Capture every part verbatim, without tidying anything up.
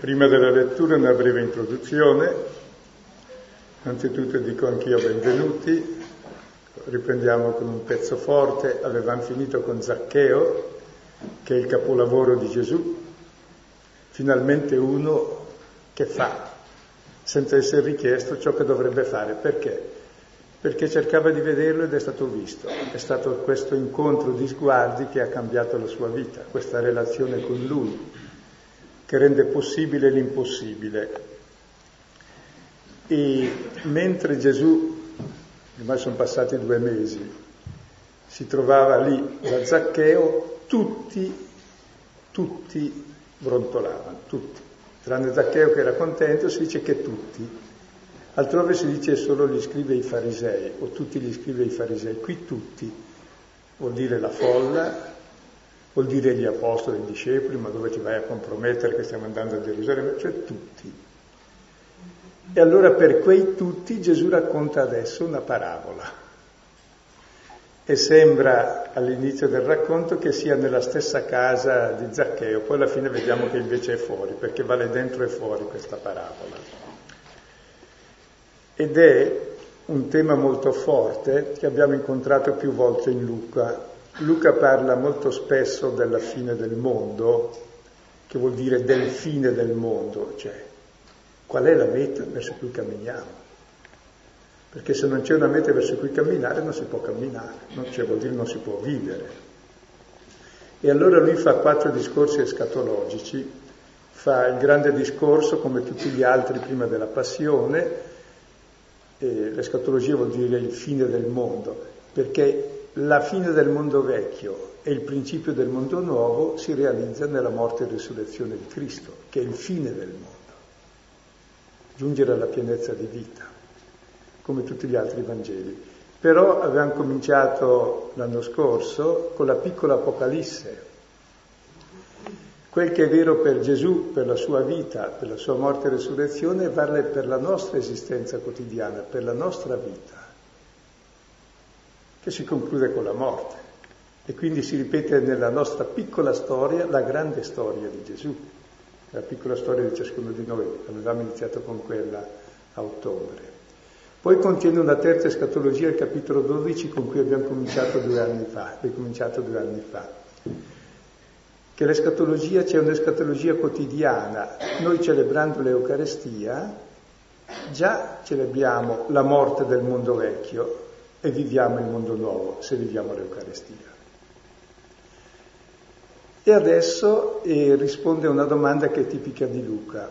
Prima della lettura una breve introduzione. Innanzitutto dico anch'io benvenuti. Riprendiamo con un pezzo forte. Avevamo finito con Zaccheo, che è il capolavoro di Gesù. Finalmente uno che fa, senza essere richiesto, ciò che dovrebbe fare. Perché? Perché cercava di vederlo ed è stato visto. È stato questo incontro di sguardi che ha cambiato la sua vita, questa relazione con Lui, che rende possibile l'impossibile. E mentre Gesù, ormai sono passati due mesi, si trovava lì da Zaccheo, tutti, tutti brontolavano, tutti. Tranne Zaccheo che era contento, si dice che tutti. Altrove si dice solo gli scribi e i farisei, o tutti gli scribi e i farisei. Qui tutti vuol dire la folla, vuol dire gli apostoli e i discepoli, ma dove ti vai a compromettere che stiamo andando a Gerusalemme? Cioè tutti. E allora per quei tutti Gesù racconta adesso una parabola. E sembra all'inizio del racconto che sia nella stessa casa di Zaccheo, poi alla fine vediamo che invece è fuori, perché vale dentro e fuori questa parabola. Ed è un tema molto forte che abbiamo incontrato più volte in Luca. Luca parla molto spesso della fine del mondo, che vuol dire del fine del mondo, cioè qual è la meta verso cui camminiamo. Perché se non c'è una meta verso cui camminare non si può camminare, non c'è, vuol dire non si può vivere. E allora lui fa quattro discorsi escatologici, fa il grande discorso come tutti gli altri prima della passione. E l'escatologia vuol dire il fine del mondo, perché la fine del mondo vecchio e il principio del mondo nuovo si realizza nella morte e risurrezione di Cristo, che è il fine del mondo, giungere alla pienezza di vita, come tutti gli altri Vangeli. Però avevamo cominciato l'anno scorso con la piccola Apocalisse. Quel che è vero per Gesù, per la sua vita, per la sua morte e resurrezione, vale per la nostra esistenza quotidiana, per la nostra vita, che si conclude con la morte. E quindi si ripete nella nostra piccola storia la grande storia di Gesù, la piccola storia di ciascuno di noi. Avevamo iniziato con quella a ottobre. Poi contiene una terza escatologia, il capitolo dodici, con cui abbiamo cominciato due anni fa, ricominciato due anni fa. Che l'escatologia, c'è un'escatologia quotidiana. Noi celebrando l'Eucarestia già celebriamo la morte del mondo vecchio e viviamo il mondo nuovo se viviamo l'Eucarestia. E adesso eh, risponde a una domanda che è tipica di Luca.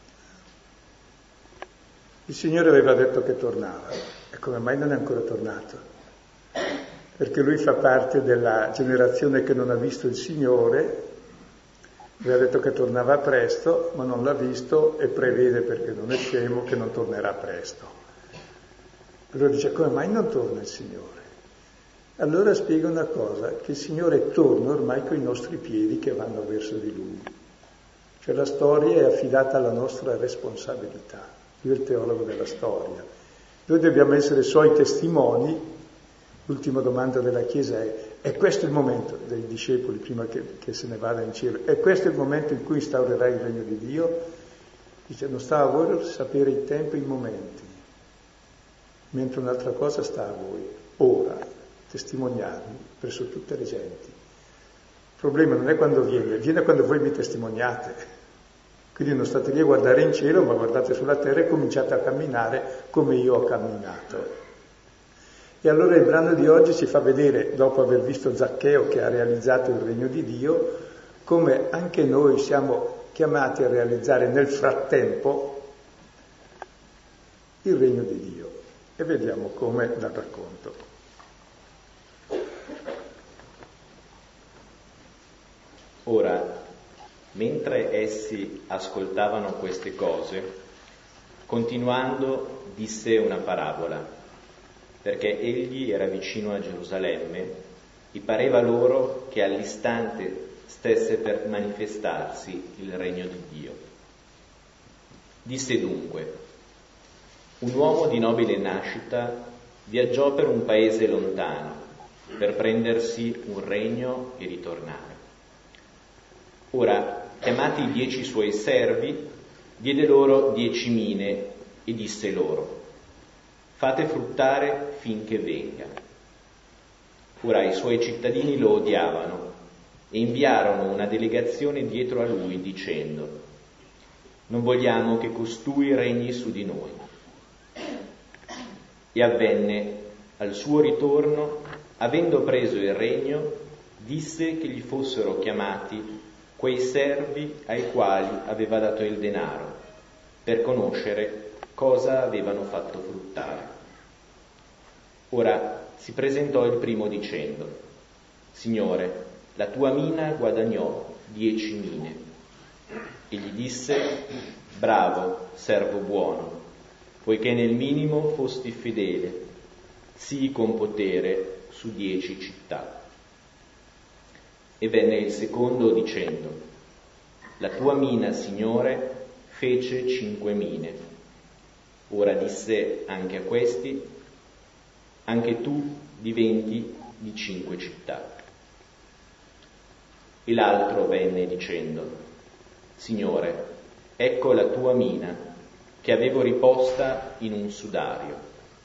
Il Signore aveva detto che tornava, e come mai non è ancora tornato? Perché lui fa parte della generazione che non ha visto il Signore. Aveva detto che tornava presto, ma non l'ha visto e prevede, perché non è scemo, che non tornerà presto. Allora dice, come mai non torna il Signore? Allora spiega una cosa, che il Signore torna ormai con i nostri piedi che vanno verso di Lui. Cioè la storia è affidata alla nostra responsabilità. Io il teologo della storia. Noi dobbiamo essere Suoi testimoni. L'ultima domanda della Chiesa è: è questo il momento, dei discepoli prima che, che se ne vada in cielo, è questo il momento in cui instaurerai il regno di Dio? Dice, non sta a voi sapere il tempo e i momenti, mentre un'altra cosa sta a voi, ora, testimoniarmi presso tutte le genti. Il problema non è quando viene, viene quando voi mi testimoniate. Quindi non state lì a guardare in cielo, ma guardate sulla terra e cominciate a camminare come io ho camminato. E allora il brano di oggi ci fa vedere, dopo aver visto Zaccheo che ha realizzato il regno di Dio, come anche noi siamo chiamati a realizzare nel frattempo il regno di Dio. E vediamo come dal racconto. Ora, mentre essi ascoltavano queste cose, continuando disse una parabola, perché egli era vicino a Gerusalemme, e pareva loro che all'istante stesse per manifestarsi il regno di Dio. Disse dunque: un uomo di nobile nascita viaggiò per un paese lontano per prendersi un regno e ritornare. Ora, chiamati i dieci suoi servi, diede loro dieci mine e disse loro: fate fruttare finché venga. Ora i suoi cittadini lo odiavano e inviarono una delegazione dietro a lui dicendo: non vogliamo che costui regni su di noi. E avvenne al suo ritorno, avendo preso il regno, disse che gli fossero chiamati quei servi ai quali aveva dato il denaro, per conoscere cosa avevano fatto fruttare. Ora si presentò il primo dicendo: Signore, la tua mina guadagnò dieci mine. E gli disse: bravo, servo buono, poiché nel minimo fosti fedele, sii con potere su dieci città. E venne il secondo dicendo: la tua mina, Signore, fece cinque mine. Ora disse anche a questi: anche tu diventi di cinque città. E l'altro venne dicendo: Signore, ecco la tua mina, che avevo riposta in un sudario.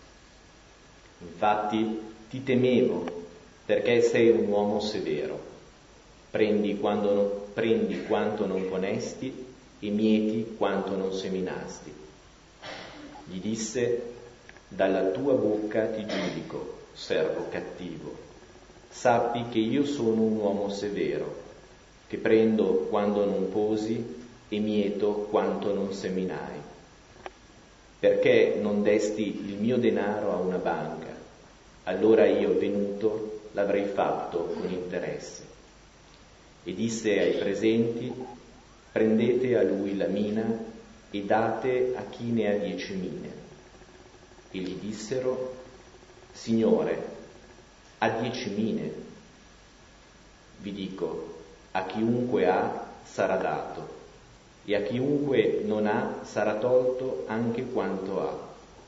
Infatti ti temevo, perché sei un uomo severo. Prendi, quando non, prendi quanto non ponesti e mieti quanto non seminasti. Gli disse: dalla tua bocca ti giudico, servo cattivo. Sappi che io sono un uomo severo, che prendo quando non posi e mieto quanto non seminai. Perché non desti il mio denaro a una banca? Allora io, venuto, l'avrei fatto con interesse. E disse ai presenti: prendete a lui la mina e date a chi ne ha dieci mine. E gli dissero: Signore, ha dieci mine. Vi dico, a chiunque ha sarà dato, e a chiunque non ha sarà tolto anche quanto ha.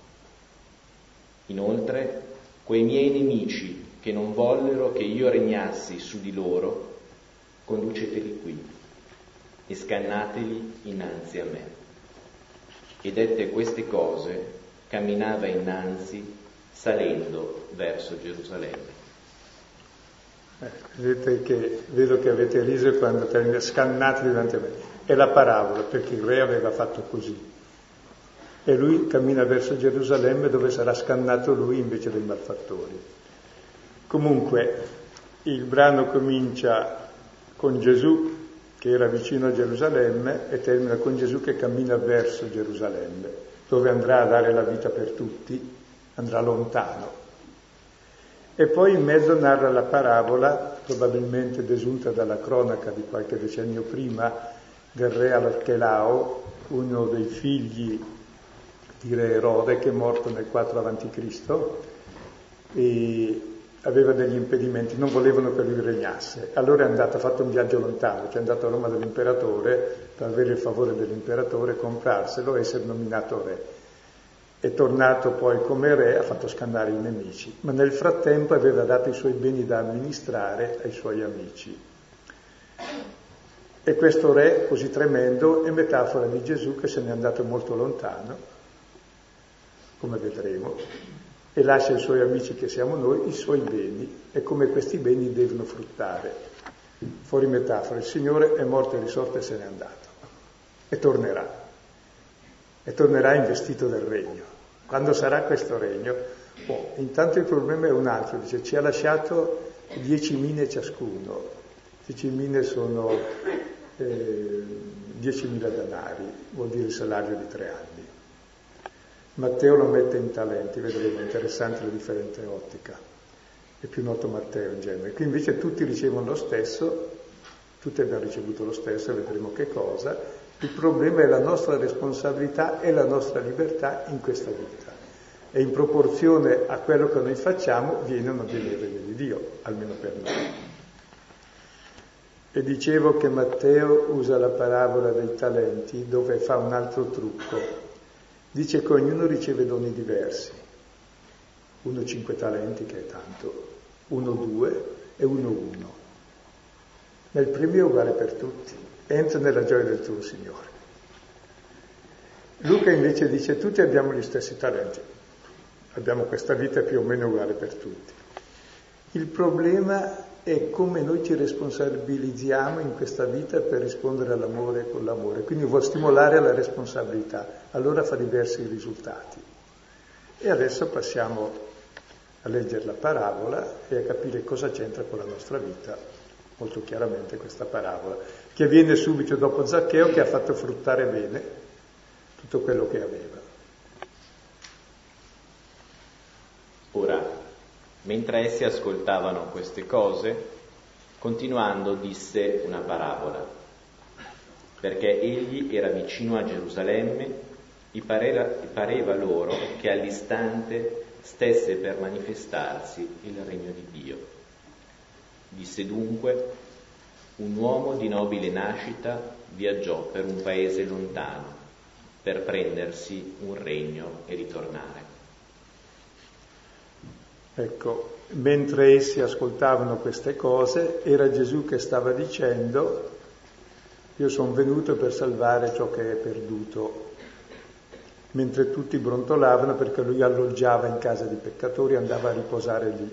Inoltre, quei miei nemici che non vollero che io regnassi su di loro, conduceteli qui e scannateli innanzi a me. E dette queste cose, camminava innanzi, salendo verso Gerusalemme. Eh, vedete che, vedo che avete riso quando termina scannati davanti a me. È la parabola, perché il re aveva fatto così. E lui cammina verso Gerusalemme, dove sarà scannato lui invece dei malfattori. Comunque, il brano comincia con Gesù che era vicino a Gerusalemme e termina con Gesù che cammina verso Gerusalemme, dove andrà a dare la vita per tutti, andrà lontano. E poi in mezzo narra la parabola, probabilmente desunta dalla cronaca di qualche decennio prima, del re Archelao, uno dei figli di re Erode, che è morto nel quattro avanti Cristo, e aveva degli impedimenti, non volevano che lui regnasse. Allora è andato, ha fatto un viaggio lontano, cioè è andato a Roma dall'imperatore per avere il favore dell'imperatore, comprarselo e essere nominato re. È tornato poi come re, ha fatto scannare i nemici, ma nel frattempo aveva dato i suoi beni da amministrare ai suoi amici. E questo re così tremendo è metafora di Gesù che se n'è andato molto lontano, come vedremo, e lascia ai suoi amici, che siamo noi, i suoi beni, e come questi beni devono fruttare. Fuori metafora, il Signore è morto e risorto e se n'è andato, e tornerà. E tornerà investito del regno. Quando sarà questo regno? Oh, intanto il problema è un altro, dice, ci ha lasciato dieci mine ciascuno. Dieci mine sono eh, diecimila denari, vuol dire il salario di tre anni. Matteo lo mette in talenti, vedremo, interessante la differente ottica. È più noto Matteo in genere. Qui invece tutti ricevono lo stesso, tutti abbiamo ricevuto lo stesso, vedremo che cosa. Il problema è la nostra responsabilità e la nostra libertà in questa vita. E in proporzione a quello che noi facciamo viene o non viene il regno di Dio, almeno per noi. E dicevo che Matteo usa la parabola dei talenti dove fa un altro trucco. Dice che ognuno riceve doni diversi. Uno cinque talenti, che è tanto, uno due e uno uno. Ma il premio è uguale per tutti. Entra nella gioia del tuo Signore. Luca invece dice tutti abbiamo gli stessi talenti, abbiamo questa vita più o meno uguale per tutti. Il problema è come noi ci responsabilizziamo in questa vita per rispondere all'amore con l'amore, quindi vuol stimolare alla responsabilità, allora fa diversi risultati. E adesso passiamo a leggere la parabola e a capire cosa c'entra con la nostra vita, molto chiaramente questa parabola, che viene subito dopo Zaccheo che ha fatto fruttare bene tutto quello che aveva. Ora, mentre essi ascoltavano queste cose, continuando disse una parabola, perché egli era vicino a Gerusalemme, gli pareva, gli pareva loro che all'istante stesse per manifestarsi il regno di Dio. Disse dunque: un uomo di nobile nascita viaggiò per un paese lontano per prendersi un regno e ritornare. Ecco, mentre essi ascoltavano queste cose, era Gesù che stava dicendo: io sono venuto per salvare ciò che è perduto. Mentre tutti brontolavano perché lui alloggiava in casa di peccatori, andava a riposare lì.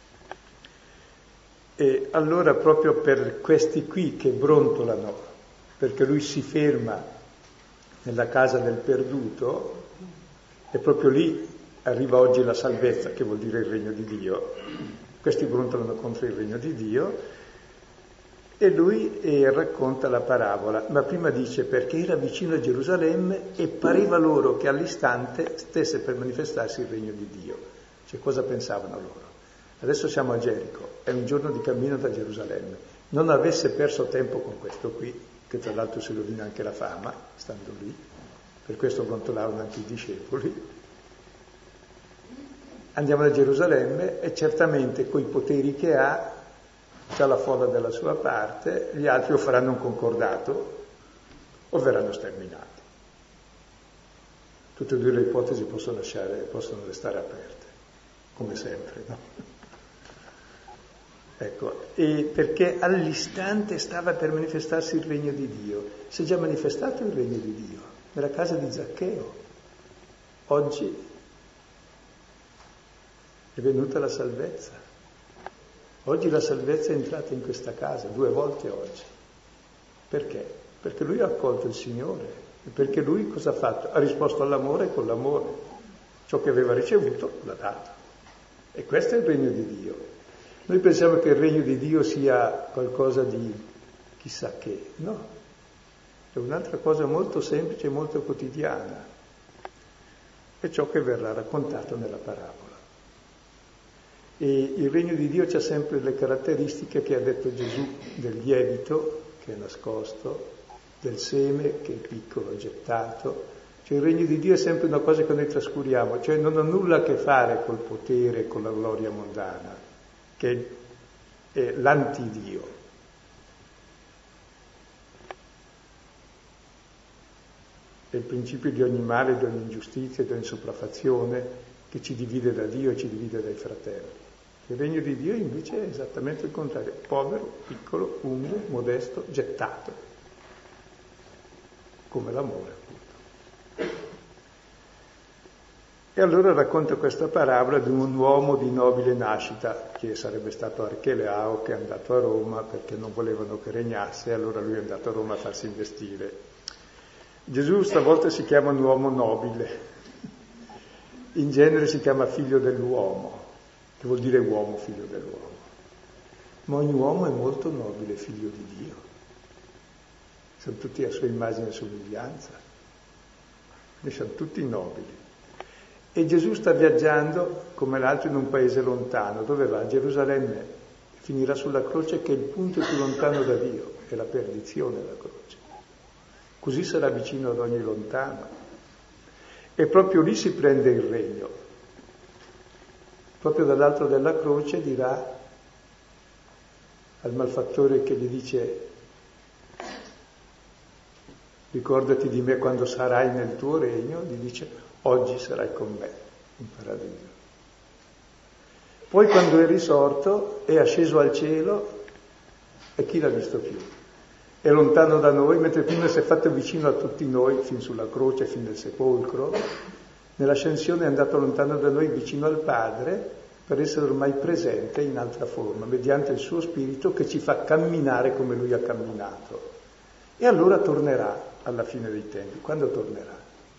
E allora proprio per questi qui che brontolano, perché lui si ferma nella casa del perduto, e proprio lì arriva oggi la salvezza, che vuol dire il regno di Dio. Questi brontolano contro il regno di Dio e lui eh, racconta la parabola, ma prima dice perché era vicino a Gerusalemme e pareva loro che all'istante stesse per manifestarsi il regno di Dio. Cioè, cosa pensavano loro? Adesso siamo a Gerico, è un giorno di cammino da Gerusalemme. Non avesse perso tempo con questo qui, che tra l'altro si rovina anche la fama, stando lì, per questo brontolavano anche i discepoli. Andiamo da Gerusalemme e certamente coi poteri che ha, c'ha la folla dalla sua parte, gli altri o faranno un concordato o verranno sterminati. Tutte e due le ipotesi possono, lasciare, possono restare aperte, come sempre, no? Ecco, e perché all'istante stava per manifestarsi il regno di Dio. Si è già manifestato il regno di Dio nella casa di Zaccheo. Oggi è venuta la salvezza. Oggi la salvezza è entrata in questa casa, due volte oggi. Perché? Perché lui ha accolto il Signore. E perché lui cosa ha fatto? Ha risposto all'amore con l'amore. Ciò che aveva ricevuto l'ha dato. E questo è il regno di Dio. Noi pensiamo che il regno di Dio sia qualcosa di chissà che. No. È un'altra cosa molto semplice e molto quotidiana. È ciò che verrà raccontato nella parabola. E il regno di Dio c'ha sempre le caratteristiche che ha detto Gesù del lievito, che è nascosto, del seme, che è piccolo, gettato. Cioè il regno di Dio è sempre una cosa che noi trascuriamo, cioè non ha nulla a che fare col potere, con la gloria mondana, che è l'antidio. È il principio di ogni male, di ogni ingiustizia, di ogni sopraffazione che ci divide da Dio e ci divide dai fratelli. Il regno di Dio invece è esattamente il contrario, povero, piccolo, umile, modesto, gettato, come l'amore appunto. E allora racconta questa parabola di un uomo di nobile nascita, che sarebbe stato Archelao, che è andato a Roma perché non volevano che regnasse, e allora lui è andato a Roma a farsi investire. Gesù stavolta si chiama un uomo nobile, in genere si chiama figlio dell'uomo, che vuol dire uomo, figlio dell'uomo. Ma ogni uomo è molto nobile, figlio di Dio. Sono tutti a sua immagine e somiglianza. Noi siamo tutti nobili. E Gesù sta viaggiando come l'altro in un paese lontano. Dove va? A Gerusalemme. Finirà sulla croce, che è il punto più lontano da Dio, è la perdizione la croce. Così sarà vicino ad ogni lontano. E proprio lì si prende il regno. Proprio dall'altro della croce dirà al malfattore che gli dice: ricordati di me quando sarai nel tuo regno, gli dice: oggi sarai con me in paradiso. Poi quando è risorto, è asceso al cielo, e chi l'ha visto più? è lontano da noi, mentre prima si è fatto vicino a tutti noi, fin sulla croce, fin nel sepolcro. Nell'ascensione è andato lontano da noi, vicino al Padre, per essere ormai presente in altra forma, mediante il suo spirito che ci fa camminare come lui ha camminato. E allora tornerà alla fine dei tempi. Quando tornerà?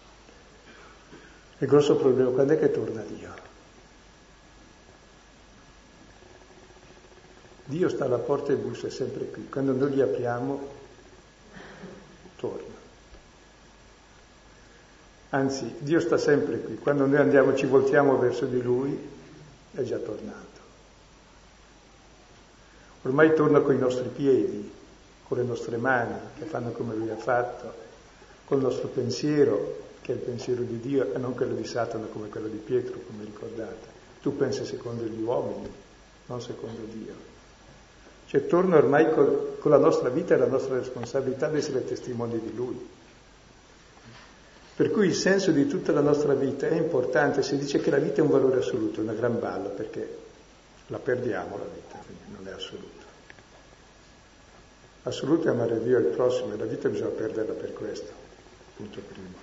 Il grosso problema, quando è che torna Dio? Dio sta alla porta e bussa, è sempre qui. Quando noi gli apriamo, torna. Anzi, Dio sta sempre qui. Quando noi andiamo, ci voltiamo verso di Lui, è già tornato. Ormai torna con i nostri piedi, con le nostre mani, che fanno come Lui ha fatto, col nostro pensiero, che è il pensiero di Dio, e non quello di Satana come quello di Pietro, come ricordate. Tu pensi secondo gli uomini, non secondo Dio. Cioè torna ormai con, con la nostra vita e la nostra responsabilità di essere testimoni di Lui. Per cui il senso di tutta la nostra vita è importante. Si dice che la vita è un valore assoluto, è una gran balla, perché la perdiamo la vita, quindi non è assoluta. Assoluto è amare Dio e il prossimo, e la vita bisogna perderla per questo, punto primo.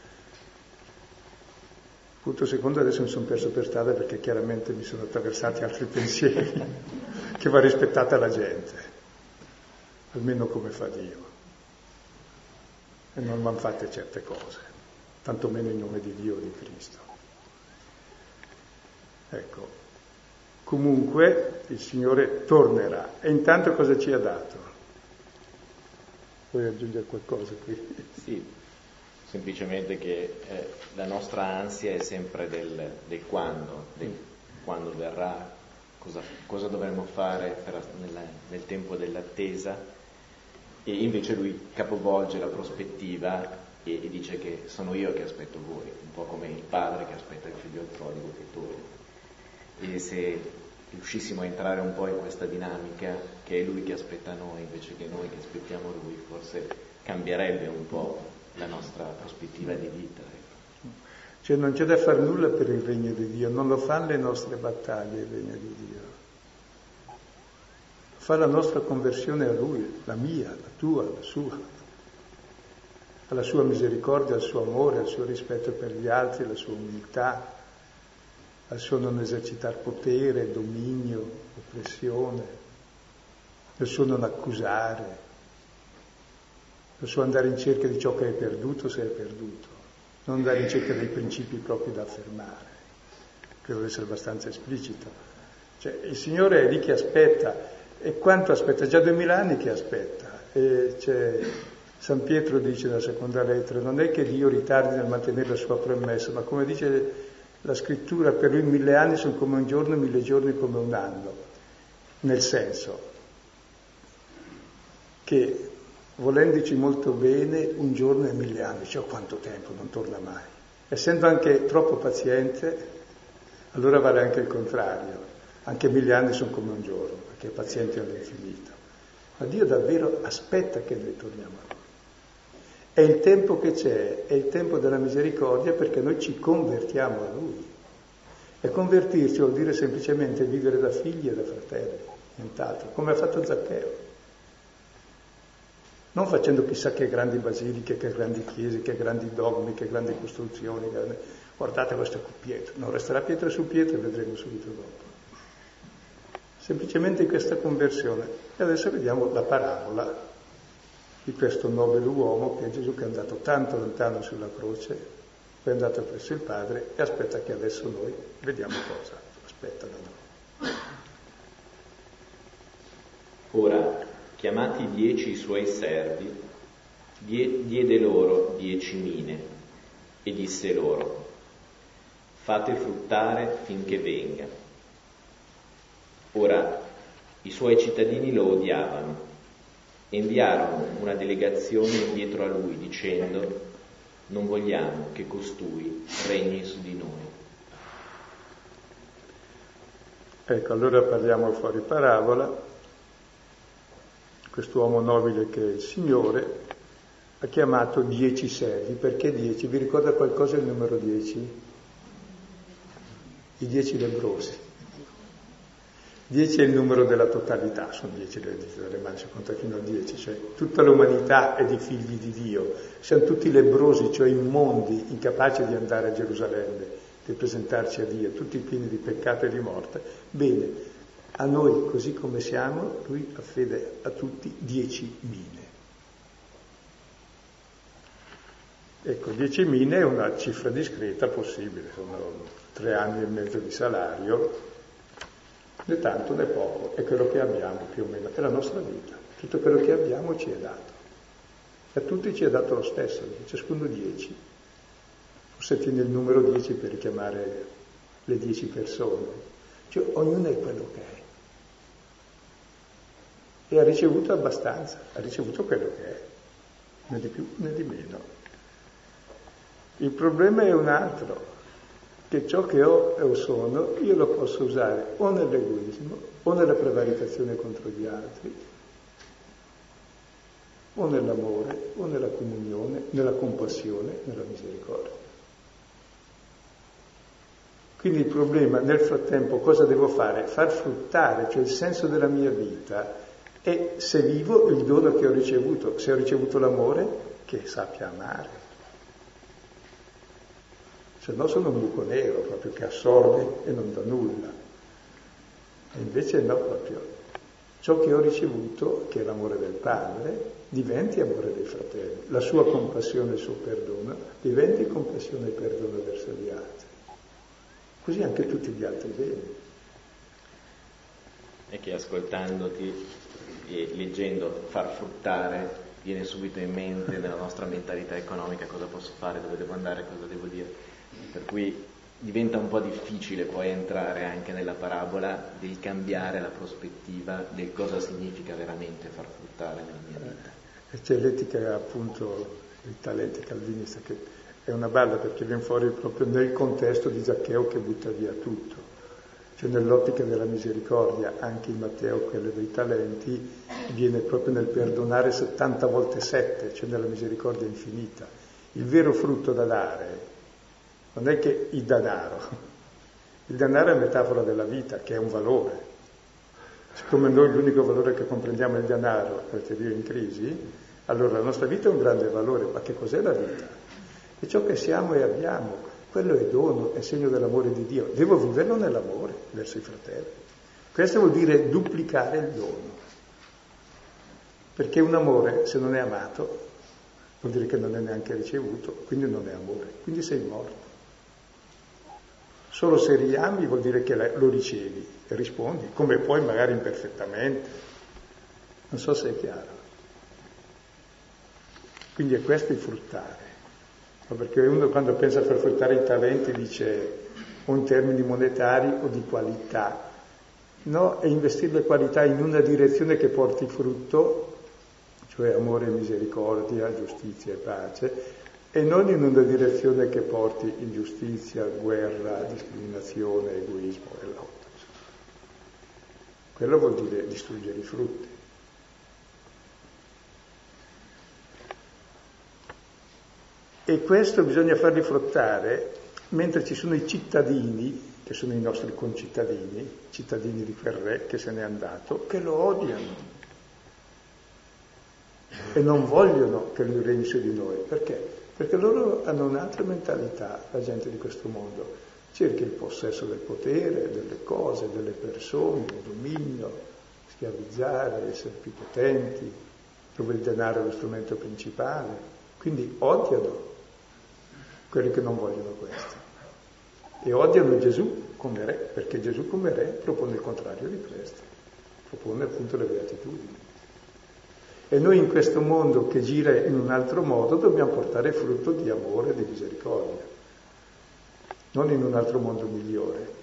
Punto secondo, adesso mi sono perso per strada perché chiaramente mi sono attraversati altri pensieri, che va rispettata la gente, almeno come fa Dio. E non vanno fatte certe cose, tantomeno in nome di Dio o di Cristo. Ecco, comunque il Signore tornerà. E intanto cosa ci ha dato? Vuoi aggiungere qualcosa qui? Sì. Semplicemente che eh, la nostra ansia è sempre del, del quando, del quando verrà, cosa, cosa dovremo fare per, nella, nel tempo dell'attesa, e invece lui capovolge la prospettiva e, e dice che sono io che aspetto voi, un po' come il padre che aspetta il figlio prodigo che torna. E se riuscissimo a entrare un po' in questa dinamica, che è lui che aspetta noi invece che noi che aspettiamo lui, forse cambierebbe un po' la nostra prospettiva di vita. Cioè non c'è da fare nulla per il regno di Dio, non lo fanno le nostre battaglie il regno di Dio. Fa la nostra conversione a Lui, la mia, la tua, la sua, alla sua misericordia, al suo amore, al suo rispetto per gli altri, alla sua umiltà, al suo non esercitare potere, dominio, oppressione, al suo non accusare, al suo andare in cerca di ciò che hai perduto se hai perduto, non andare in cerca dei principi propri da affermare. Credo di essere abbastanza esplicito. Cioè, il Signore è lì che aspetta, e quanto aspetta? Già duemila anni che aspetta. E c'è, San Pietro dice nella seconda lettera, non è che Dio ritardi nel mantenere la sua promessa, ma come dice la Scrittura, per lui mille anni sono come un giorno, mille giorni come un anno. Nel senso che volendoci molto bene, un giorno è mille anni, cioè quanto tempo, non torna mai. Essendo anche troppo paziente, allora vale anche il contrario, anche mille anni sono come un giorno, perché è paziente all'infinito. Ma Dio davvero aspetta che noi torniamo a Lui. È il tempo che c'è, è il tempo della misericordia, perché noi ci convertiamo a Lui. E convertirci vuol dire semplicemente vivere da figli e da fratelli, nient'altro, come ha fatto Zaccheo. Non facendo chissà che grandi basiliche, che grandi chiese, che grandi dogmi, che grandi costruzioni. Guardate questo qui Pietro. Non resterà Pietro su Pietro e vedremo subito dopo. Semplicemente questa conversione. E adesso vediamo la parabola di questo nobile uomo che è Gesù, che è andato tanto lontano sulla croce, poi è andato presso il Padre e aspetta che adesso noi vediamo cosa aspetta da noi. Ora, chiamati dieci i suoi servi, diede loro dieci mine e disse loro: fate fruttare finché venga. Ora i suoi cittadini lo odiavano e inviarono una delegazione dietro a lui dicendo: non vogliamo che costui regni su di noi. Ecco, allora parliamo fuori parabola. Quest'uomo nobile che è il Signore ha chiamato dieci servi. Perché dieci? Vi ricorda qualcosa il numero dieci? I dieci lebbrosi. dieci è il numero della totalità, sono dieci le dita delle mani, si conta fino a dieci, cioè tutta l'umanità è di figli di Dio, siamo tutti lebbrosi, cioè immondi, incapaci di andare a Gerusalemme, di presentarci a Dio, tutti pieni di peccato e di morte. Bene, a noi così come siamo, lui ha fede a tutti dieci mine. Ecco, dieci mine è una cifra discreta possibile, sono tre anni e mezzo di salario, né tanto né poco, è quello che abbiamo più o meno, è la nostra vita, tutto quello che abbiamo ci è dato, e a tutti ci è dato lo stesso, ciascuno dieci, forse tiene il numero dieci per richiamare le dieci persone, cioè ognuno è quello che è, e ha ricevuto abbastanza, ha ricevuto quello che è, né di più né di meno. Il problema è un altro, che ciò che ho o sono io lo posso usare o nell'egoismo o nella prevaricazione contro gli altri o nell'amore o nella comunione, nella compassione, nella misericordia. Quindi il problema nel frattempo cosa devo fare? Far fruttare, cioè il senso della mia vita è se vivo il dono che ho ricevuto, se ho ricevuto l'amore che sappia amare. Se no sono un buco nero, proprio che assorbe e non dà nulla. E invece no, proprio ciò che ho ricevuto, che è l'amore del Padre, diventi amore dei fratelli. La sua compassione e il suo perdono diventi compassione e perdono verso gli altri. Così anche tutti gli altri beni. E che ascoltandoti e leggendo far fruttare viene subito in mente nella nostra mentalità economica cosa posso fare, dove devo andare, cosa devo dire. Per cui diventa un po' difficile poi entrare anche nella parabola del cambiare la prospettiva del cosa significa veramente far fruttare nella mia vita. E c'è l'etica appunto dei talenti calvinista che è una balla perché viene fuori proprio nel contesto di Zaccheo che butta via tutto. Cioè nell'ottica della misericordia, anche in Matteo quello dei talenti viene proprio nel perdonare settanta volte sette, cioè nella misericordia infinita. Il vero frutto da dare non è che il denaro, il denaro è metafora della vita, che è un valore. Siccome noi l'unico valore che comprendiamo è il denaro, perché Dio è in crisi, allora la nostra vita è un grande valore, ma che cos'è la vita? E ciò che siamo e abbiamo, quello è dono, è segno dell'amore di Dio. Devo viverlo nell'amore verso i fratelli. Questo vuol dire duplicare il dono. Perché un amore, se non è amato, vuol dire che non è neanche ricevuto, quindi non è amore, quindi sei morto. Solo se riami vuol dire che lo ricevi e rispondi, come puoi magari imperfettamente. Non so se è chiaro. Quindi è questo il fruttare. Perché uno quando pensa a far fruttare i talenti dice o in termini monetari o di qualità. No, è investire le qualità in una direzione che porti frutto, cioè amore, misericordia, giustizia e pace, e non in una direzione che porti ingiustizia, guerra, discriminazione, egoismo e lotta. Quello vuol dire distruggere i frutti. E questo bisogna farli fruttare mentre ci sono i cittadini, che sono i nostri concittadini, cittadini di quel re che se n'è andato, che lo odiano e non vogliono che lui regni su di noi. Perché? Perché loro hanno un'altra mentalità, la gente di questo mondo. Cerca il possesso del potere, delle cose, delle persone, il dominio, schiavizzare, essere più potenti, dove il denaro è lo strumento principale. Quindi odiano quelli che non vogliono questo. E odiano Gesù come re, perché Gesù come re propone il contrario di questo. Propone appunto le beatitudini. E noi in questo mondo che gira in un altro modo dobbiamo portare frutto di amore e di misericordia, non in un altro mondo migliore.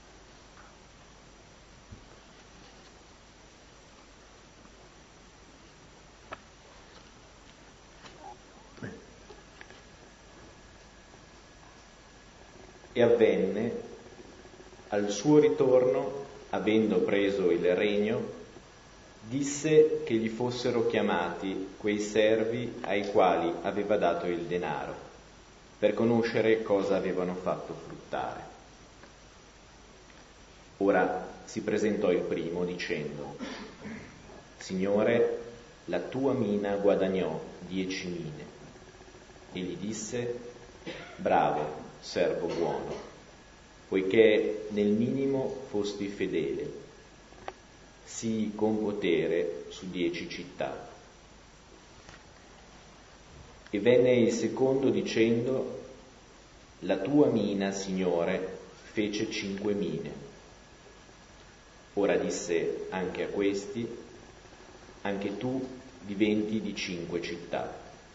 E avvenne al suo ritorno, avendo preso il regno, disse che gli fossero chiamati quei servi ai quali aveva dato il denaro, per conoscere cosa avevano fatto fruttare. Ora si presentò il primo dicendo: Signore, la tua mina guadagnò dieci mine. Egli disse: bravo, servo buono, poiché nel minimo fosti fedele, sii con potere su dieci città. E venne il secondo dicendo: la tua mina, Signore, fece cinque mine. Ora disse anche a questi: anche tu diventi di cinque città.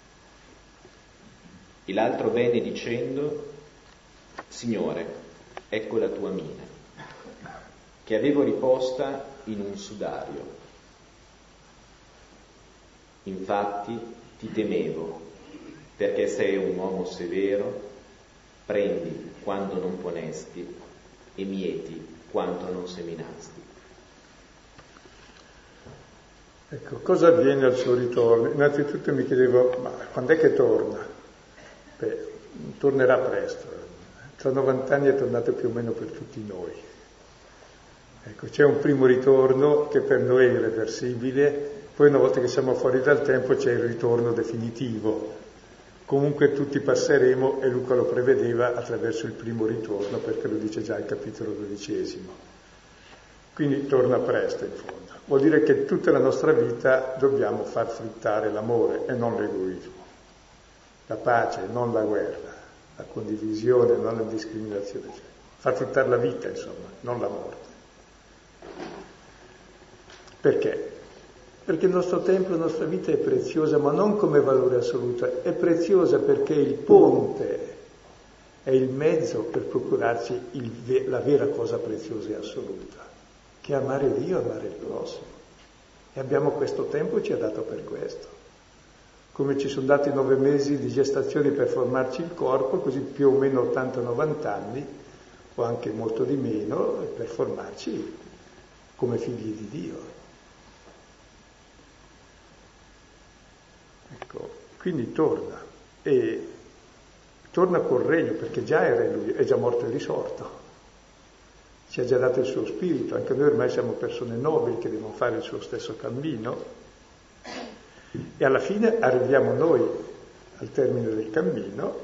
E l'altro venne dicendo: Signore, ecco la tua mina, che avevo riposta in un sudario. Infatti ti temevo, perché sei un uomo severo, prendi quando non ponesti e mieti quanto non seminasti. Ecco, cosa avviene al suo ritorno? Innanzitutto mi chiedevo, ma quando è che torna? Beh, tornerà presto. Tra novanta anni è tornato più o meno per tutti noi. Ecco, c'è un primo ritorno che per noi è irreversibile, poi una volta che siamo fuori dal tempo c'è il ritorno definitivo. Comunque tutti passeremo, e Luca lo prevedeva, attraverso il primo ritorno, perché lo dice già il capitolo dodicesimo. Quindi torna presto in fondo. Vuol dire che tutta la nostra vita dobbiamo far fruttare l'amore e non l'egoismo, la pace, non la guerra, la condivisione, non la discriminazione, cioè far fruttare la vita, insomma, non la morte. Perché? Perché il nostro tempo, la nostra vita è preziosa, ma non come valore assoluto, è preziosa perché il ponte è il mezzo per procurarci il, la vera cosa preziosa e assoluta, che è amare Dio e amare il prossimo. E abbiamo questo tempo, ci ha dato per questo. Come ci sono dati nove mesi di gestazione per formarci il corpo, così più o meno ottanta novanta anni, o anche molto di meno, per formarci come figli di Dio. Ecco, quindi torna, e torna col regno, perché già è re lui, è già morto e risorto. Ci ha già dato il suo spirito, anche noi ormai siamo persone nobili che devono fare il suo stesso cammino, e alla fine arriviamo noi al termine del cammino,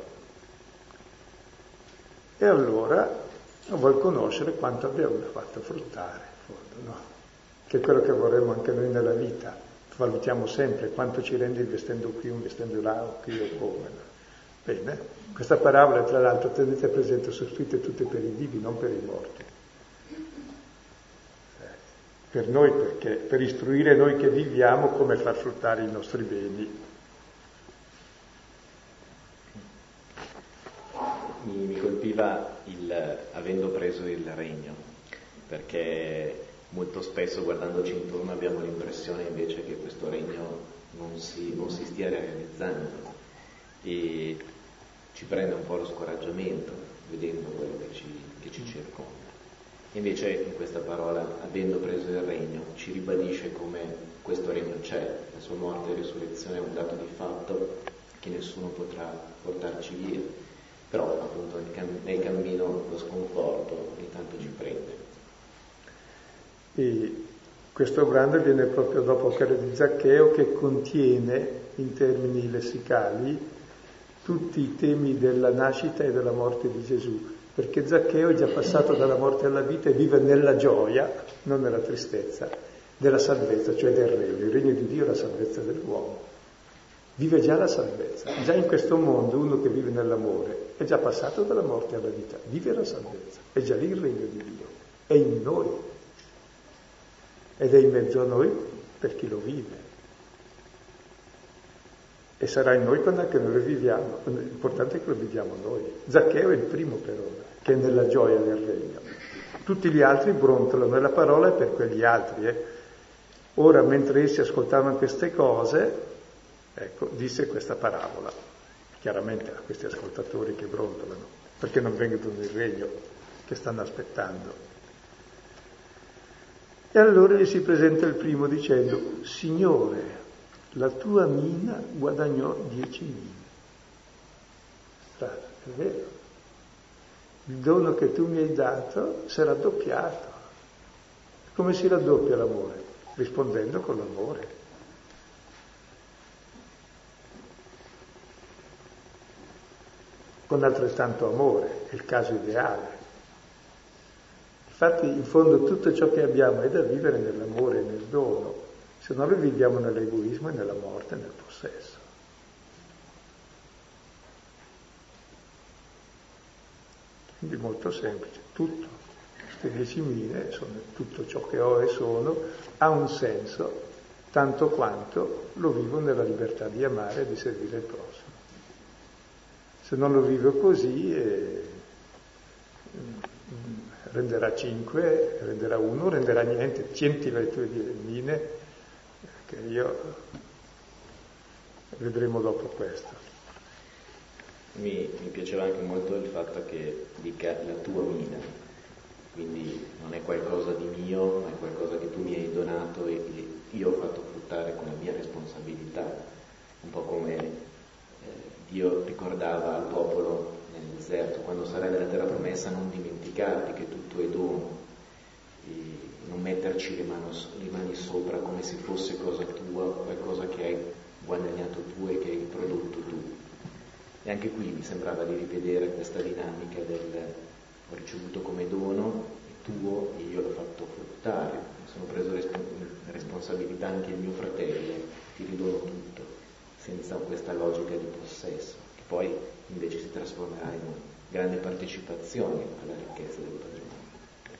e allora vuol conoscere quanto abbiamo fatto fruttare, in fondo, no? Che è quello che vorremmo anche noi nella vita. Valutiamo sempre quanto ci rende investendo qui, investendo là, o qui o come. Bene, questa parabola, tra l'altro, tenete presente, sono scritte tutte per i vivi, non per i morti. Per noi, perché per istruire noi che viviamo come far fruttare i nostri beni. Mi, mi colpiva il avendo preso il regno, perché molto spesso guardandoci intorno abbiamo l'impressione invece che questo regno non si, non si stia realizzando, e ci prende un po' lo scoraggiamento vedendo quello che ci, che ci circonda. Invece in questa parola, avendo preso il regno, ci ribadisce come questo regno c'è, la sua morte e risurrezione è un dato di fatto che nessuno potrà portarci via, però appunto nel, cam- nel cammino lo sconforto ogni tanto ci prende. E questo brano viene proprio dopo quello di Zaccheo, che contiene in termini lessicali tutti i temi della nascita e della morte di Gesù. Perché Zaccheo è già passato dalla morte alla vita e vive nella gioia, non nella tristezza, della salvezza, cioè del regno. Il regno di Dio è la salvezza dell'uomo. Vive già la salvezza. Già in questo mondo uno che vive nell'amore è già passato dalla morte alla vita, vive la salvezza. È già lì il regno di Dio. È in noi. Ed è in mezzo a noi per chi lo vive. E sarà in noi quando anche noi lo viviamo. L'importante è che lo viviamo noi. Zaccheo è il primo per ora, che è nella gioia del regno. Tutti gli altri brontolano, e la parola è per quegli altri. Eh. Ora, mentre essi ascoltavano queste cose, ecco, disse questa parabola, chiaramente a questi ascoltatori che brontolano, perché non vengono nel regno, che stanno aspettando. E allora gli si presenta il primo dicendo: Signore, la tua mina guadagnò dieci mine. Strano, è vero. Il dono che tu mi hai dato si è raddoppiato. Come si raddoppia l'amore? Rispondendo con l'amore. Con altrettanto amore, è il caso ideale. Infatti, in fondo, tutto ciò che abbiamo è da vivere nell'amore e nel dono, se no lo viviamo nell'egoismo e nella morte e nel possesso. Quindi molto semplice, tutto. Queste dieci mine sono tutto ciò che ho e sono, ha un senso, tanto quanto lo vivo nella libertà di amare e di servire il prossimo. Se non lo vivo così, eh, renderà cinque, renderà uno, renderà niente, tienti le tue mine, che io vedremo dopo questo. Mi, mi piaceva anche molto il fatto che dica la tua mina, quindi non è qualcosa di mio, ma è qualcosa che tu mi hai donato e, e io ho fatto fruttare con la mia responsabilità, un po' come Dio ricordava al popolo nel deserto: quando sarai nella terra promessa non dimenticarti che tutto è dono, e non metterci le, mano, le mani sopra come se fosse cosa tua, qualcosa che hai guadagnato tu e che hai prodotto tu. E anche qui mi sembrava di rivedere questa dinamica del ho ricevuto come dono, è tuo e io l'ho fatto fruttare, mi sono preso resp- responsabilità anche il mio fratello, ti ridono tutto, senza questa logica di possesso, che poi invece si trasformerà in una grande partecipazione alla ricchezza del patrimonio.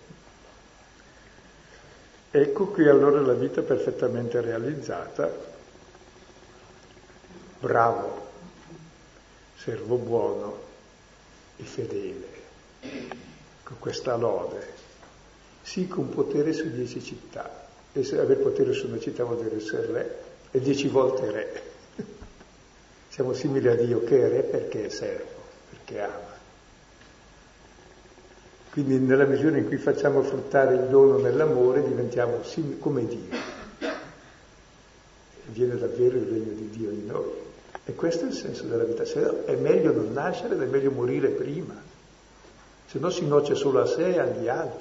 Ecco qui allora la vita perfettamente realizzata. Bravo, servo buono e fedele, con questa lode, sì, con potere su dieci città. E se avere potere su una città vuol dire essere re, e dieci volte re. Siamo simili a Dio che è re perché è servo, perché ama. Quindi nella misura in cui facciamo fruttare il dono nell'amore diventiamo simili come Dio. E viene davvero il regno di Dio in noi. E questo è il senso della vita. Se no, è meglio non nascere ed è meglio morire prima. Se no si nuoce solo a sé e agli altri.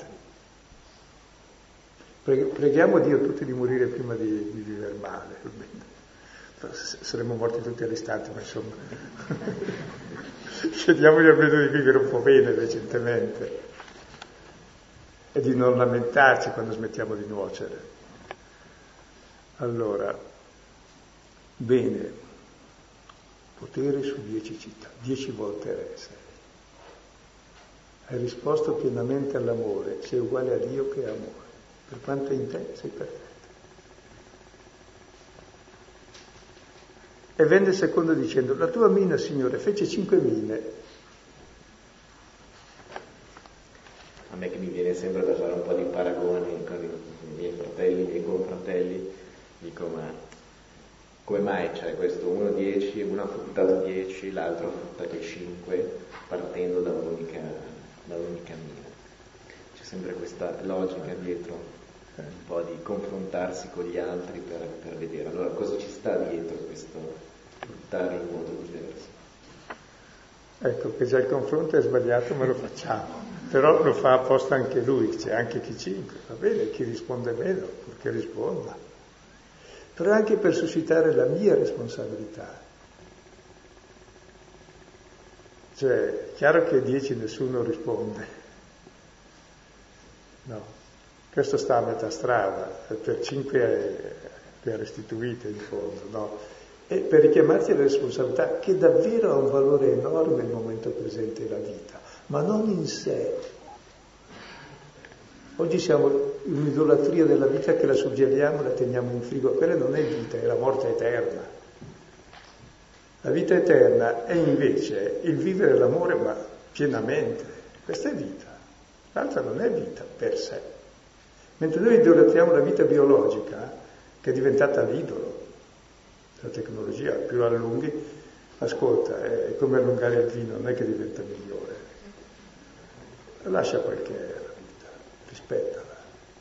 Preghiamo Dio tutti di morire prima di, di vivere male. Saremmo morti tutti all'istante, ma insomma chiediamogli almeno di vivere un po' bene recentemente e di non lamentarci quando smettiamo di nuocere. Allora, bene, potere su dieci città, dieci volte re sei. Hai risposto pienamente all'amore, sei uguale a Dio che è amore, per quanto è in te sei perfetto. E venne il secondo dicendo: la tua mina, Signore, fece cinque mine. A me che mi viene sempre da fare un po' di paragoni con i miei fratelli, i miei confratelli, dico: ma come mai c'è questo uno dieci, uno ha fruttato dieci, l'altro ha fruttato cinque, partendo da un'unica, da un'unica mina? C'è sempre questa logica dietro, un po' di confrontarsi con gli altri per, per vedere. Allora cosa ci sta dietro questo fruttare in modo diverso? Ecco che già il confronto è sbagliato, ma lo facciamo. Però lo fa apposta anche lui, c'è anche chi cinque, va bene, chi risponde meno, purché risponda. Però anche per suscitare la mia responsabilità. Cioè, è chiaro che dieci nessuno risponde. No, questo sta a metà strada, per cinque le ha restituite in fondo, no? E per richiamarti alla responsabilità che davvero ha un valore enorme nel momento presente della vita, ma non in sé. Oggi siamo in un'idolatria della vita che la suggeriamo, la teniamo in frigo. Quella non è vita, è la morte eterna. La vita eterna è invece il vivere l'amore, ma pienamente. Questa è vita. L'altra non è vita per sé. Mentre noi idolatriamo la vita biologica, che è diventata l'idolo. La tecnologia, più la allunghi, ascolta, è come allungare il vino, non è che diventa migliore. Lascia quel che è la vita, rispettala.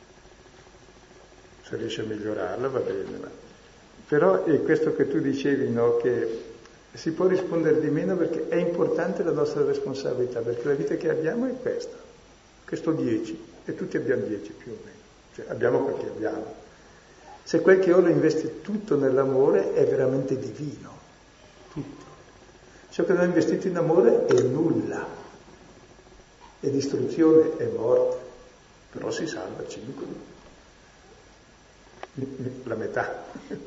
Se riesci a migliorarla va bene. Ma... Però è questo che tu dicevi, no? Che si può rispondere di meno perché è importante la nostra responsabilità, perché la vita che abbiamo è questa, questo dieci, e tutti abbiamo dieci più o meno. cioè abbiamo quel che abbiamo. Se quel che ho lo investe tutto nell'amore è veramente divino, tutto. Ciò che non è investito in amore è nulla, è distruzione, è morte, però si salva cinque, la metà.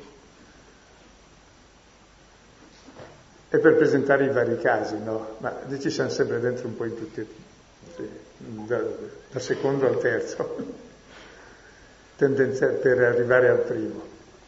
E per presentare i vari casi, no? Ma ci siamo sempre dentro un po' in tutti, sì, dal, dal secondo al terzo. Tendenza per arrivare al primo.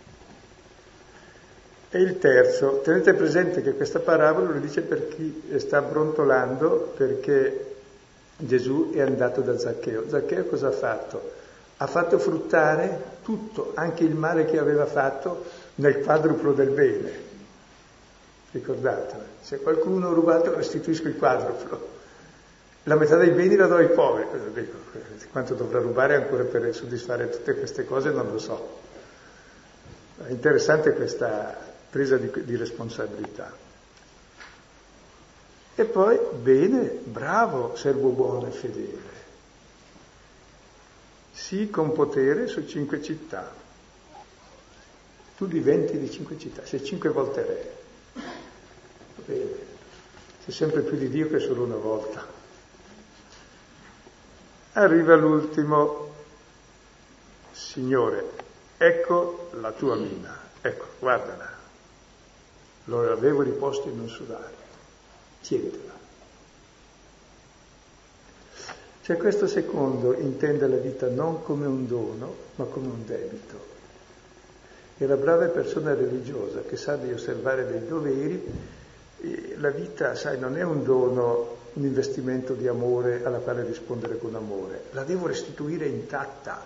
E il terzo, tenete presente che questa parabola lo dice per chi sta brontolando perché Gesù è andato da Zaccheo. Zaccheo cosa ha fatto? Ha fatto fruttare tutto, anche il male che aveva fatto, nel quadruplo del bene. Ricordate, se qualcuno ha rubato restituisco il quadruplo. La metà dei beni la do ai poveri. Dico, quanto dovrà rubare ancora per soddisfare tutte queste cose non lo so. È interessante questa presa di, di responsabilità. E poi, bene, bravo, servo buono e fedele. Sii con potere su cinque città. Tu diventi di cinque città, sei cinque volte re. Bene, sei sempre più di Dio che solo una volta. Arriva l'ultimo, Signore, ecco la tua mina, ecco, guardala, lo avevo riposto in un sudario, tientela. Cioè questo secondo intende la vita non come un dono, ma come un debito. E la brava persona religiosa che sa di osservare dei doveri, la vita, sai, non è un dono, un investimento di amore alla quale rispondere con amore, la devo restituire intatta.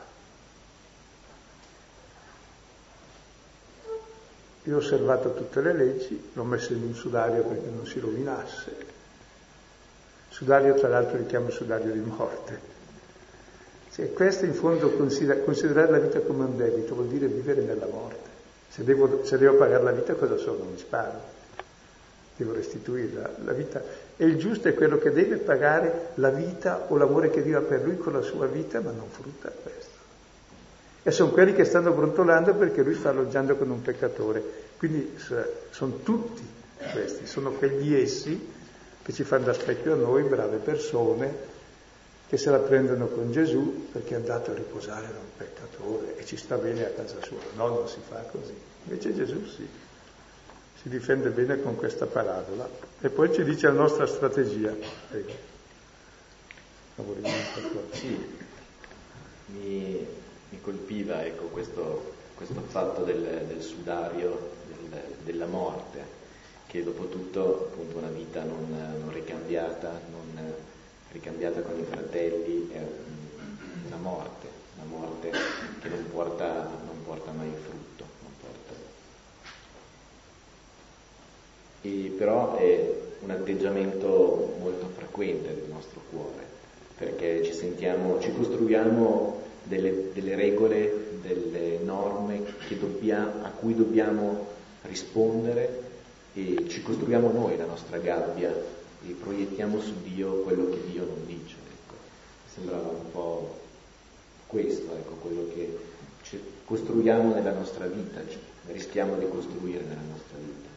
Io ho osservato tutte le leggi, l'ho messo in un sudario perché non si rovinasse. Sudario, tra l'altro, richiama sudario di morte. Cioè, questo in fondo, considera, considerare la vita come un debito vuol dire vivere nella morte. Se devo, se devo pagare la vita, cosa sono? Mi sparo. Devo restituirla. La vita. E il giusto è quello che deve pagare la vita o l'amore che viva per lui con la sua vita, ma non frutta questo. E sono quelli che stanno brontolando perché lui sta alloggiando con un peccatore. Quindi sono tutti questi, sono quegli essi che ci fanno da specchio a noi, brave persone, che se la prendono con Gesù perché è andato a riposare da un peccatore e ci sta bene a casa sua. No, non si fa così. Invece Gesù sì. Si difende bene con questa parabola e poi ci dice la nostra strategia. Prego. Sì, mi, mi colpiva ecco, questo, questo fatto del, del sudario, del, della morte, che dopo tutto appunto una vita non, non ricambiata, non ricambiata con i fratelli, è una morte, una morte che non porta, non porta mai frutto. E però è un atteggiamento molto frequente del nostro cuore, perché ci sentiamo, ci costruiamo delle, delle regole, delle norme che dobbiamo, a cui dobbiamo rispondere e ci costruiamo noi la nostra gabbia e proiettiamo su Dio quello che Dio non dice. Ecco. Mi sembrava un po' questo, ecco, quello che ci costruiamo nella nostra vita, rischiamo di costruire nella nostra vita.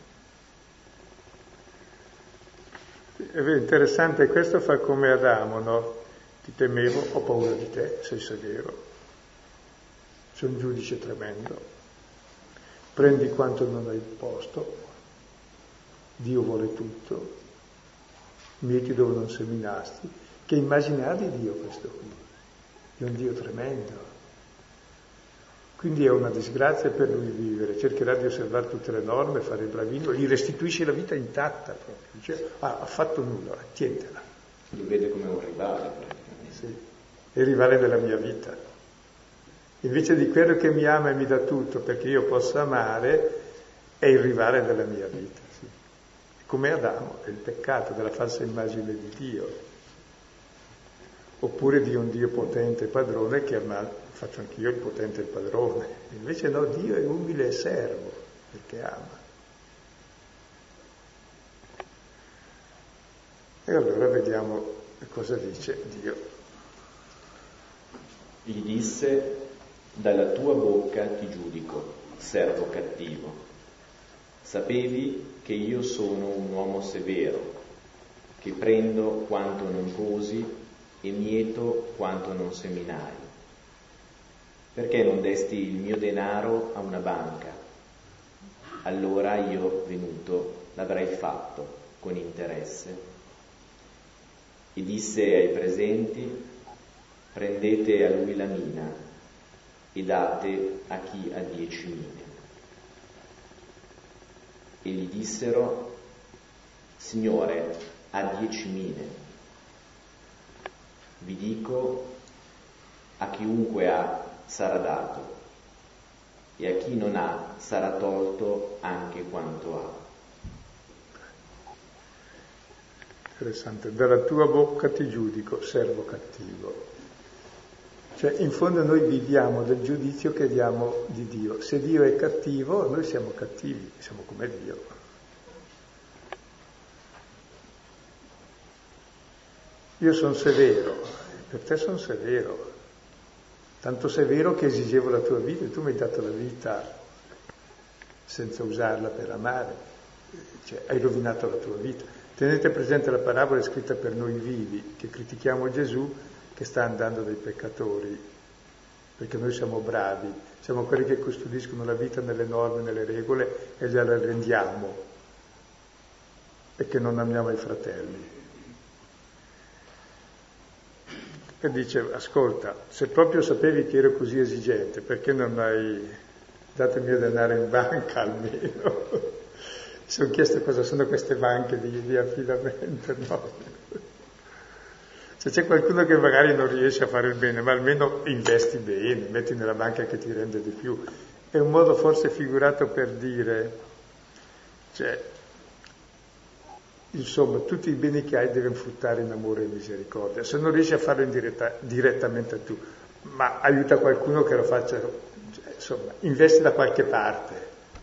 È interessante, questo fa come Adamo, no? Ti temevo, ho paura di te, sei severo, sei un giudice tremendo, prendi quanto non hai posto, Dio vuole tutto, mieti dove non seminasti. Che immagine ha di Dio questo qui? È un Dio tremendo. Quindi è una disgrazia per lui vivere, cercherà di osservare tutte le norme, fare il bravino, gli restituisce la vita intatta proprio. Dice, ah, ha fatto nulla, tientela. Lo vede come un rivale praticamente. Sì, è il rivale della mia vita. Invece di quello che mi ama e mi dà tutto perché io possa amare, è il rivale della mia vita. Sì. Come Adamo, è il peccato della falsa immagine di Dio. Oppure di un Dio potente padrone che ama, faccio anch'io il potente il padrone. Invece no, Dio è umile e servo, perché ama. E allora vediamo cosa dice Dio. Gli disse, Dalla tua bocca ti giudico, servo cattivo. Sapevi che io sono un uomo severo, che prendo quanto non posi e mieto quanto non seminai. Perché non desti il mio denaro a una banca? Allora io, venuto, l'avrei fatto con interesse. E disse ai presenti: prendete a lui la mina e date a chi ha dieci mine. E gli dissero: Signore, ha dieci mine. Vi dico, a chiunque ha sarà dato, e a chi non ha sarà tolto anche quanto ha. Interessante. Dalla tua bocca ti giudico, servo cattivo. Cioè, in fondo noi viviamo del giudizio che diamo di Dio. Se Dio è cattivo, noi siamo cattivi, siamo come Dio. Io sono severo, per te sono severo, tanto severo che esigevo la tua vita, e tu mi hai dato la vita senza usarla per amare, cioè hai rovinato la tua vita. Tenete presente, la parabola è scritta per noi vivi, che critichiamo Gesù, che sta andando dai peccatori, perché noi siamo bravi, siamo quelli che custodiscono la vita nelle norme, nelle regole e gliela rendiamo, e che non amiamo i fratelli. E dice: ascolta, se proprio sapevi che ero così esigente, perché non hai dato il mio denaro in banca almeno? Mi sono chiesto cosa sono queste banche di, di affidamento, no? Se c'è qualcuno che magari non riesce a fare il bene, ma almeno investi bene, metti nella banca che ti rende di più. È un modo forse figurato per dire, cioè, insomma, tutti i beni che hai devono fruttare in amore e misericordia. Se non riesci a farlo indiretta, direttamente tu, ma aiuta qualcuno che lo faccia, cioè, insomma, investi da qualche parte.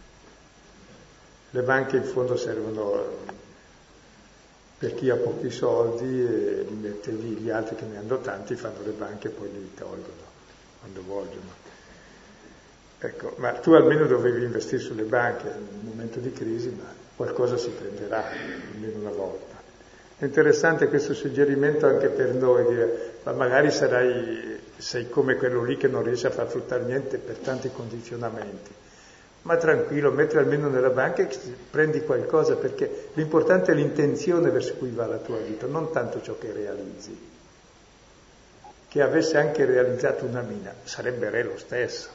Le banche in fondo servono per chi ha pochi soldi e li mette lì, gli altri che ne hanno tanti fanno le banche e poi li tolgono quando vogliono. Ecco, ma tu almeno dovevi investire sulle banche in un momento di crisi, ma qualcosa si prenderà, almeno una volta. È interessante questo suggerimento anche per noi, dire, ma magari sarai, sei come quello lì che non riesce a far fruttare niente per tanti condizionamenti. Ma tranquillo, metti almeno nella banca e prendi qualcosa, perché l'importante è l'intenzione verso cui va la tua vita, non tanto ciò che realizzi. Che avesse anche realizzato una mina, sarebbe re lo stesso.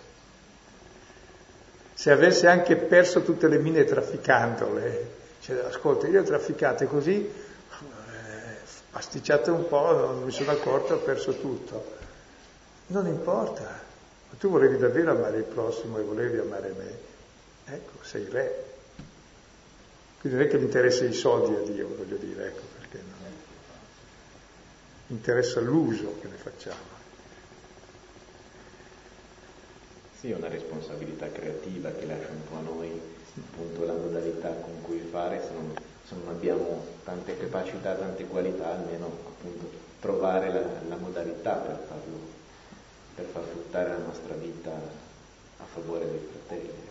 Se avesse anche perso tutte le mine trafficandole, cioè, ascolta, io ho trafficate così, eh, pasticciate un po', non mi sono accorto, ho perso tutto. Non importa, ma tu volevi davvero amare il prossimo e volevi amare me. Ecco, sei re. Quindi non è che gli interessa i soldi a Dio, voglio dire, ecco, perché non interessa l'uso che ne facciamo. Sì, è una responsabilità creativa che lascia un po' a noi, appunto, la modalità con cui fare, se non, se non abbiamo tante capacità, tante qualità, almeno appunto trovare la, la modalità per farlo, per far fruttare la nostra vita a favore dei fratelli.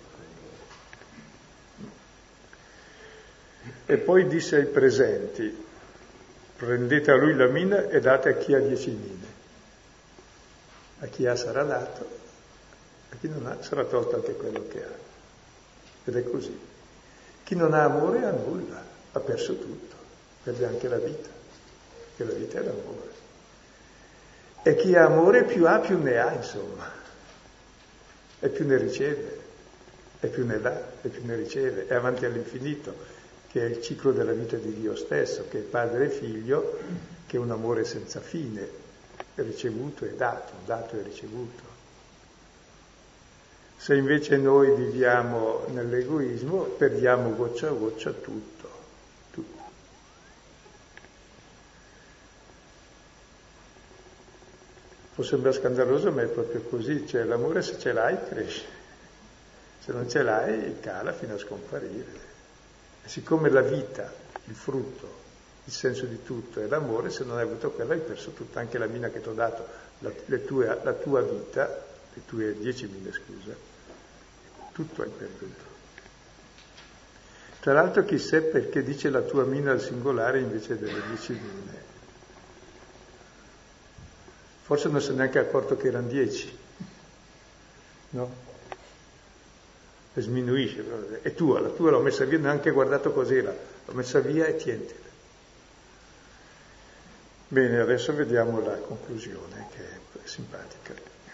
E poi disse ai presenti: prendete a lui la mina e date a chi ha dieci mine. A chi ha sarà dato, a chi non ha sarà tolto anche quello che ha. Ed è così. Chi non ha amore ha nulla, ha perso tutto, perde anche la vita, perché la vita è l'amore. E chi ha amore più ha più ne ha, insomma, e più ne riceve, e più ne dà, e più ne riceve, è avanti all'infinito, che è il ciclo della vita di Dio stesso, che è padre e figlio, che è un amore senza fine, ricevuto e dato, dato e ricevuto. Se invece noi viviamo nell'egoismo, perdiamo goccia a goccia tutto, tutto. Può sembrare scandaloso, ma è proprio così, cioè l'amore se ce l'hai cresce, se non ce l'hai cala fino a scomparire. E siccome la vita, il frutto, il senso di tutto è l'amore, se non hai avuto quello hai perso tutto, anche la mina che ti ho dato, la, le tue, la tua vita le tue dieci mine, scusa, tutto hai perduto. Tra l'altro chissà perché dice la tua mina al singolare invece delle dieci mine. Forse non si è neanche accorto che erano dieci, no? E sminuisce, è tua, la tua l'ho messa via, non ho neanche guardato cos'era, l'ho messa via e tientela. Bene, adesso vediamo la conclusione, che è simpatica.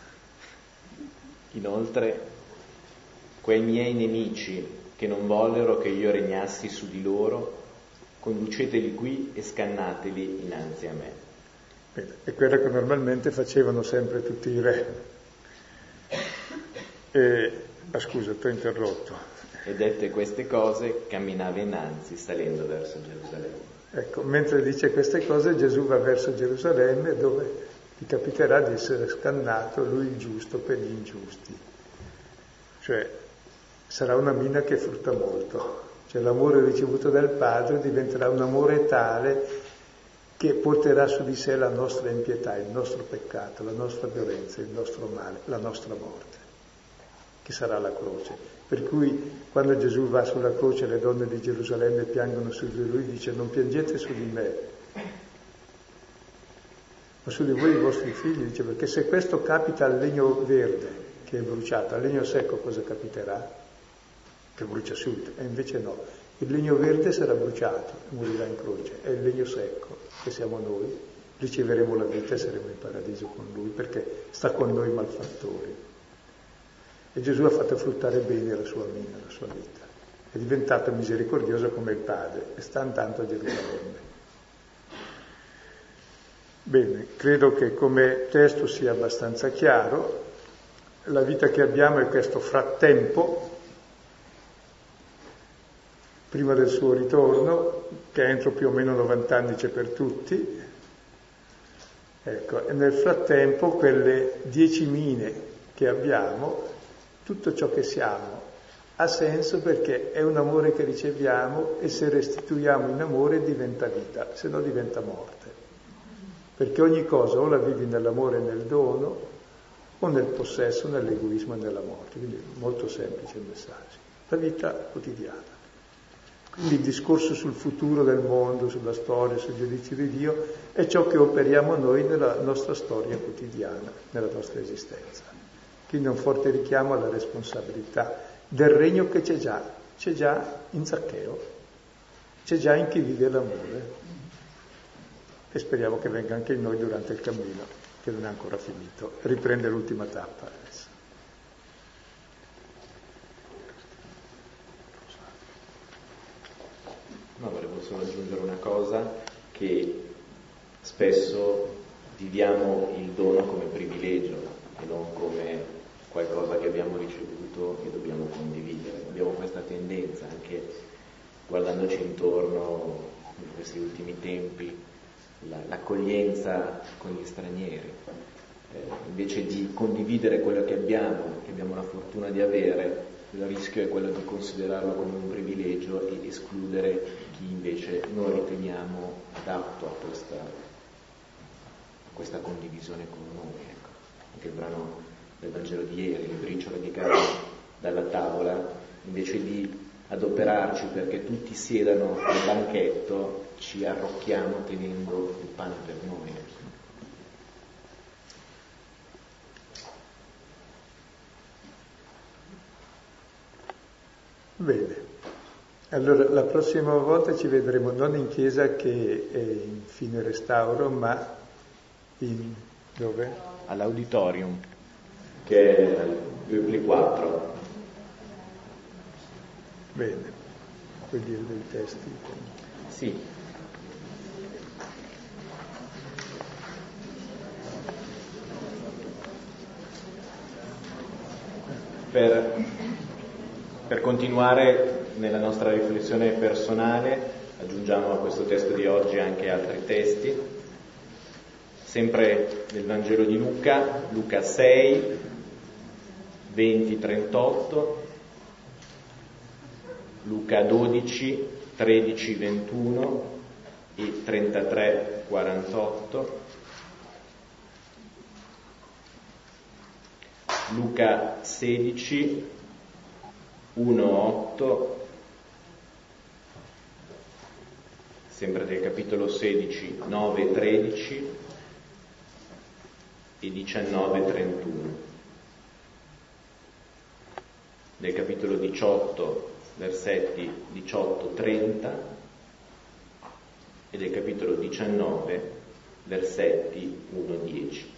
Inoltre, quei miei nemici che non vollero che io regnassi su di loro, conduceteli qui e scannateli innanzi a me. Bene, è quello che normalmente facevano sempre tutti i re. E, ah, scusa, ti ho interrotto. E dette queste cose, camminava innanzi, salendo verso Gerusalemme. Ecco, mentre dice queste cose, Gesù va verso Gerusalemme, dove gli capiterà di essere scannato, lui il giusto per gli ingiusti. Cioè, sarà una mina che frutta molto. Cioè, l'amore ricevuto dal Padre diventerà un amore tale che porterà su di sé la nostra impietà, il nostro peccato, la nostra violenza, il nostro male, la nostra morte, che sarà la croce. Per cui quando Gesù va sulla croce, le donne di Gerusalemme piangono su di lui, dice: non piangete su di me, ma su di voi i vostri figli, dice, perché se questo capita al legno verde che è bruciato, al legno secco cosa capiterà? Che brucia subito, e invece no, il legno verde sarà bruciato e morirà in croce, è il legno secco, che siamo noi, riceveremo la vita e saremo in paradiso con lui, perché sta con noi malfattori. E Gesù ha fatto fruttare bene la sua mina, la sua vita, è diventato misericordioso come il Padre e sta andando a Gerusalemme. Bene, credo che come testo sia abbastanza chiaro. La vita che abbiamo è questo frattempo, prima del suo ritorno, che entro più o meno novanta anni c'è per tutti. Ecco, e nel frattempo quelle dieci mine che abbiamo, tutto ciò che siamo, ha senso perché è un amore che riceviamo e se restituiamo in amore diventa vita, se no diventa morte. Perché ogni cosa o la vivi nell'amore e nel dono, o nel possesso, nell'egoismo e nella morte. Quindi molto semplice il messaggio. La vita quotidiana. Quindi il discorso sul futuro del mondo, sulla storia, sul giudizio di Dio, è ciò che operiamo noi nella nostra storia quotidiana, nella nostra esistenza. Quindi un forte richiamo alla responsabilità del regno che c'è già, c'è già in Zaccheo, c'è già in chi vive l'amore. E speriamo che venga anche in noi durante il cammino, che non è ancora finito. Riprende l'ultima tappa adesso. No, volevo solo aggiungere una cosa, che spesso viviamo il dono come privilegio e non come qualcosa che abbiamo ricevuto e dobbiamo condividere. Abbiamo questa tendenza, anche guardandoci intorno in questi ultimi tempi, la, l'accoglienza con gli stranieri. Eh, invece di condividere quello che abbiamo, che abbiamo la fortuna di avere, il rischio è quello di considerarlo come un privilegio e escludere chi invece non riteniamo adatto a questa, a questa condivisione con noi. Ecco. Anche il brano del Vangelo di ieri, le briciole di carne dalla tavola, invece di adoperarci perché tutti siedano al banchetto, ci arrocchiamo tenendo il pane per noi. Bene, allora la prossima volta ci vedremo non in chiesa che è in fine restauro, ma in dove? All'auditorium, che è Eubli quattro. Bene, puoi dire dei testi? Sì. Per, per continuare nella nostra riflessione personale, aggiungiamo a questo testo di oggi anche altri testi, sempre nel Vangelo di Luca, Luca sei, venti trentotto, Luca dodici, tredici ventuno e trentatré quarantotto, Luca sedici, uno otto, sempre del capitolo sedici, nove tredici e diciannove trentuno. Del capitolo diciotto, versetti diciotto trenta e del capitolo diciannove, versetti uno dieci.